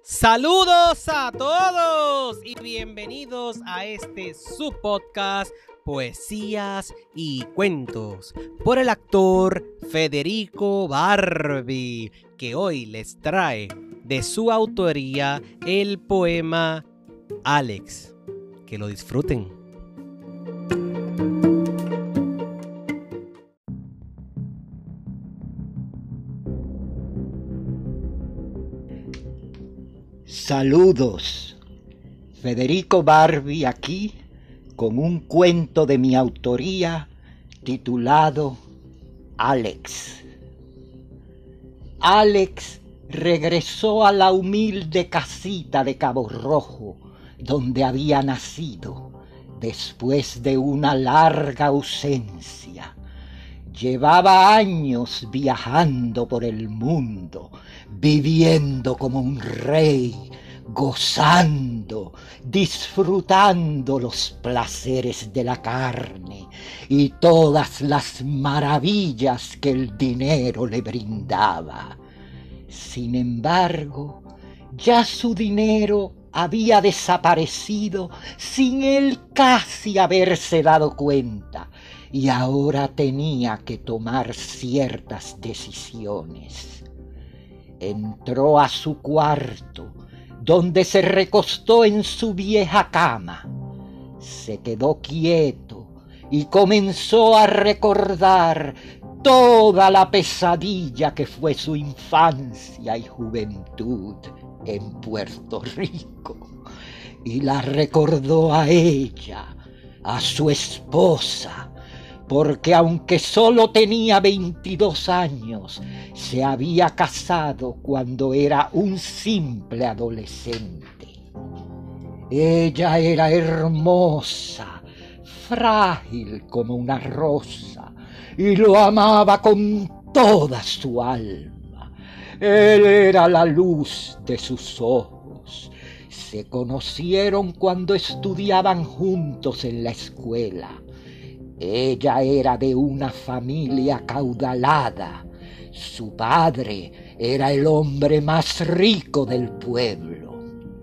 Saludos a todos y bienvenidos a este subpodcast Poesías y Cuentos por el actor Federico Barbie, que hoy les trae de su autoría el poema Alex. Que lo disfruten. Saludos, Federico Barbie aquí con un cuento de mi autoría titulado Alex. Alex regresó a la humilde casita de Cabo Rojo donde había nacido después de una larga ausencia. Llevaba años viajando por el mundo, viviendo como un rey, gozando, disfrutando los placeres de la carne y todas las maravillas que el dinero le brindaba. Sin embargo, ya su dinero había desaparecido sin él casi haberse dado cuenta. Y ahora tenía que tomar ciertas decisiones. Entró a su cuarto, donde se recostó en su vieja cama. Se quedó quieto y comenzó a recordar toda la pesadilla que fue su infancia y juventud en Puerto Rico. Y la recordó a ella, a su esposa, porque aunque solo tenía 22 años, se había casado cuando era un simple adolescente. Ella era hermosa, frágil como una rosa, y lo amaba con toda su alma. Él era la luz de sus ojos. Se conocieron cuando estudiaban juntos en la escuela. Ella era de una familia acaudalada. Su padre era el hombre más rico del pueblo.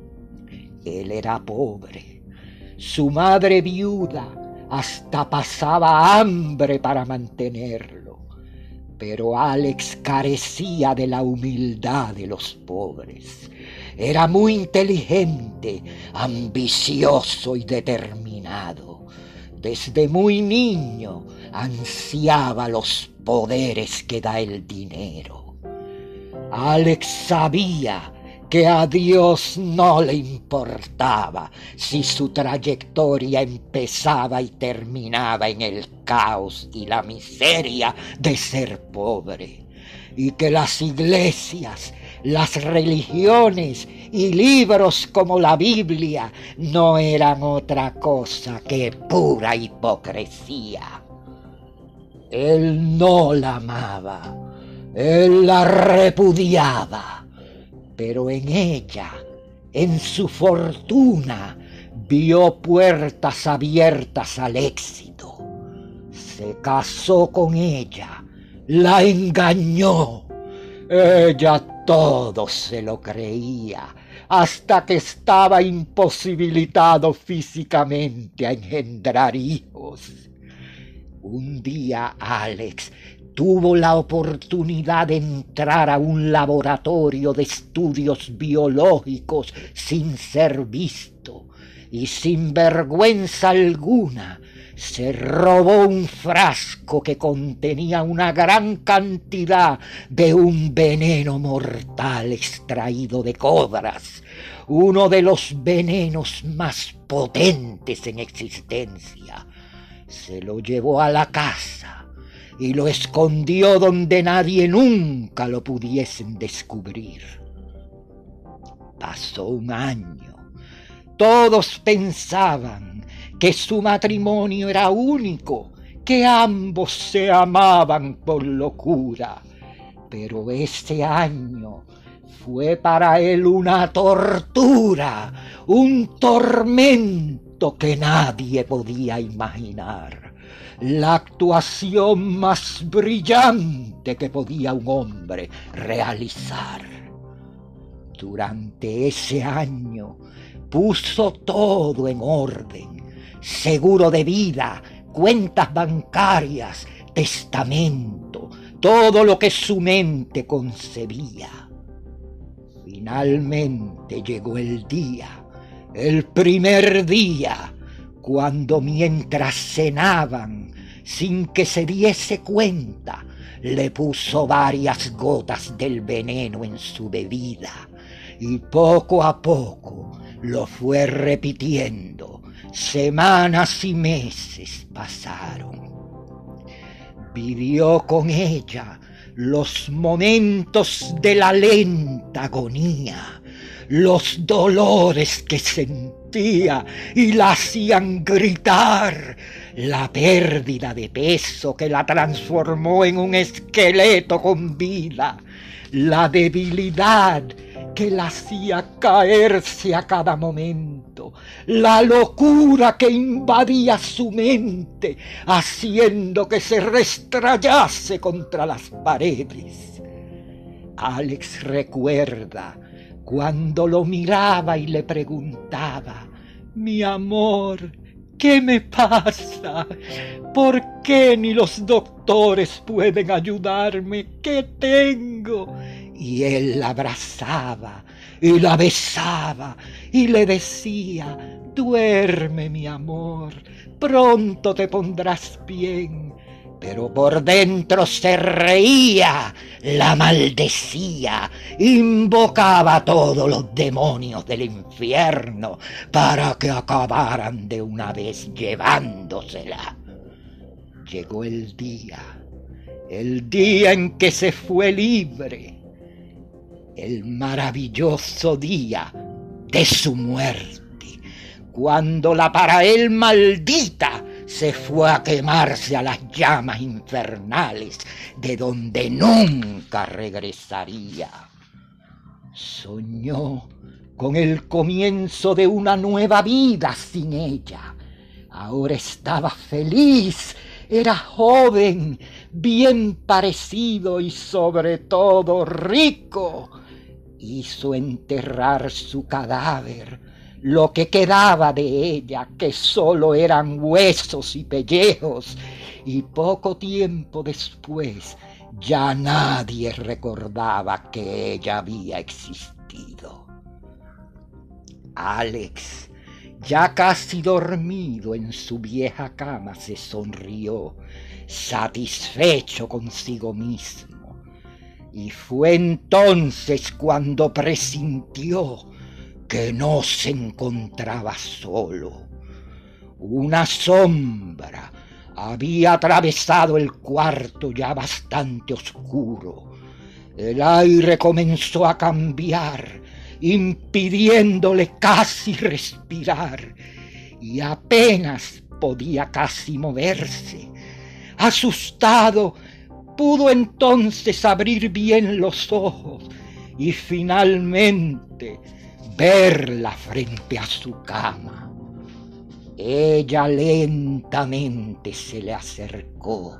Él era pobre. Su madre viuda hasta pasaba hambre para mantenerlo. Pero Alex carecía de la humildad de los pobres. Era muy inteligente, ambicioso y determinado. Desde muy niño ansiaba los poderes que da el dinero. Alex sabía que a Dios no le importaba si su trayectoria empezaba y terminaba en el caos y la miseria de ser pobre, y que las iglesias, las religiones y libros como la Biblia no eran otra cosa que pura hipocresía. Él no la amaba, él la repudiaba, pero en ella, en su fortuna, vio puertas abiertas al éxito. Se casó con ella, la engañó. Ella todo se lo creía, hasta que estaba imposibilitado físicamente a engendrar hijos. Un día Alex tuvo la oportunidad de entrar a un laboratorio de estudios biológicos sin ser visto, y sin vergüenza alguna se robó un frasco que contenía una gran cantidad de un veneno mortal extraído de cobras, uno de los venenos más potentes en existencia. Se lo llevó a la casa y lo escondió donde nadie nunca lo pudiesen descubrir. Pasó un año. Todos pensaban que su matrimonio era único, que ambos se amaban por locura. Pero ese año fue para él una tortura, un tormento que nadie podía imaginar. La actuación más brillante que podía un hombre realizar. Durante ese año puso todo en orden, seguro de vida, cuentas bancarias, testamento, todo lo que su mente concebía. Finalmente llegó el día, el primer día, cuando mientras cenaban, sin que se diese cuenta, le puso varias gotas del veneno en su bebida y poco a poco lo fue repitiendo. Semanas y meses pasaron. Vivió con ella los momentos de la lenta agonía, los dolores que sentía y la hacían gritar, la pérdida de peso que la transformó en un esqueleto con vida, la debilidad que la hacía caerse a cada momento, la locura que invadía su mente, haciendo que se restrayase contra las paredes. Alex recuerda cuando lo miraba y le preguntaba: mi amor, ¿qué me pasa? ¿Por qué ni los doctores pueden ayudarme? ¿Qué tengo? Y él la abrazaba y la besaba y le decía: duerme, mi amor, pronto te pondrás bien. Pero por dentro se reía, la maldecía, invocaba a todos los demonios del infierno para que acabaran de una vez llevándosela. Llegó el día en que se fue libre, el maravilloso día de su muerte, cuando la para él maldita se fue a quemarse a las llamas infernales de donde nunca regresaría. Soñó con el comienzo de una nueva vida sin ella. Ahora estaba feliz, era joven, bien parecido y sobre todo rico. Hizo enterrar su cadáver, lo que quedaba de ella, que solo eran huesos y pellejos, y poco tiempo después ya nadie recordaba que ella había existido. Alex, ya casi dormido en su vieja cama, se sonrió, satisfecho consigo mismo, y fue entonces cuando presintió que no se encontraba solo. Una sombra había atravesado el cuarto ya bastante oscuro. El aire comenzó a cambiar, impidiéndole casi respirar, y apenas podía casi moverse. Asustado, pudo entonces abrir bien los ojos y finalmente verla frente a su cama. Ella lentamente se le acercó,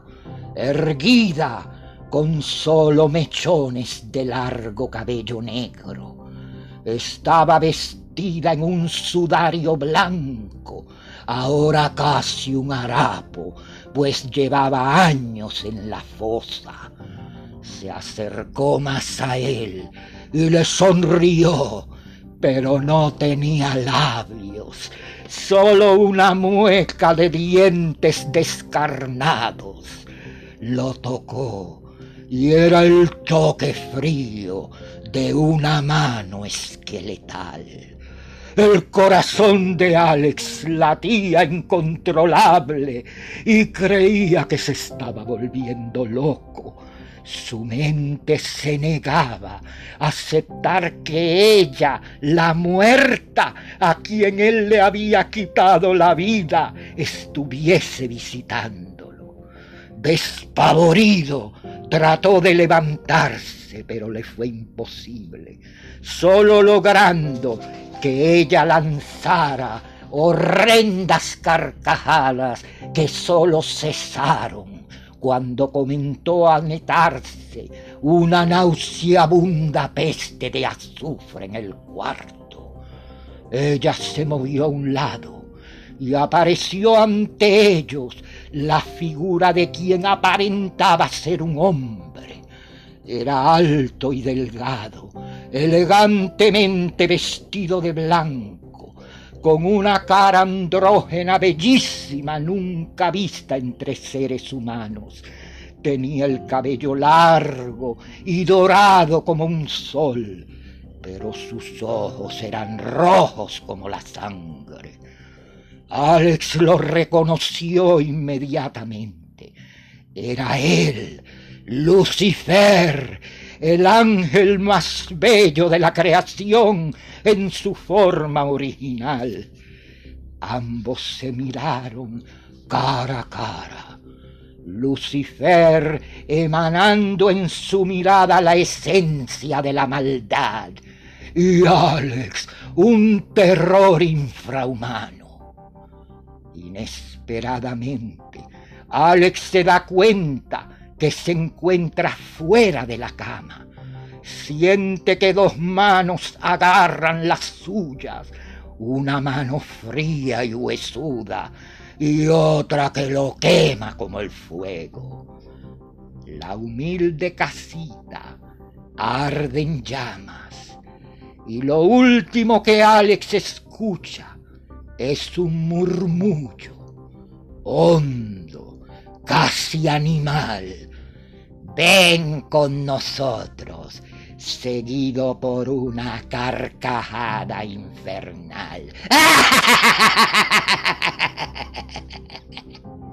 erguida, con solo mechones de largo cabello negro. Estaba vestida en un sudario blanco, ahora casi un harapo, pues llevaba años en la fosa. Se acercó más a él y le sonrió, pero no tenía labios, solo una mueca de dientes descarnados. Lo tocó y era el toque frío de una mano esqueletal. El corazón de Alex latía incontrolable y creía que se estaba volviendo loco. Su mente se negaba a aceptar que ella, la muerta, a quien él le había quitado la vida, estuviese visitándolo. Despavorido, trató de levantarse, pero le fue imposible, solo logrando que ella lanzara horrendas carcajadas que solo cesaron cuando comenzó a netarse una nauseabunda peste de azufre en el cuarto. Ella se movió a un lado y apareció ante ellos la figura de quien aparentaba ser un hombre. Era alto y delgado, elegantemente vestido de blanco, con una cara andrógena bellísima nunca vista entre seres humanos. Tenía el cabello largo y dorado como un sol, pero sus ojos eran rojos como la sangre. Alex lo reconoció inmediatamente. Era él, Lucifer, el ángel más bello de la creación en su forma original. Ambos se miraron cara a cara. Lucifer emanando en su mirada la esencia de la maldad, y Alex un terror infrahumano. Inesperadamente, Alex se da cuenta que se encuentra fuera de la cama. Siente que dos manos agarran las suyas, una mano fría y huesuda y otra que lo quema como el fuego. La humilde casita arde en llamas y lo último que Alex escucha es un murmullo hondo, casi animal. Ven con nosotros, seguido por una carcajada infernal.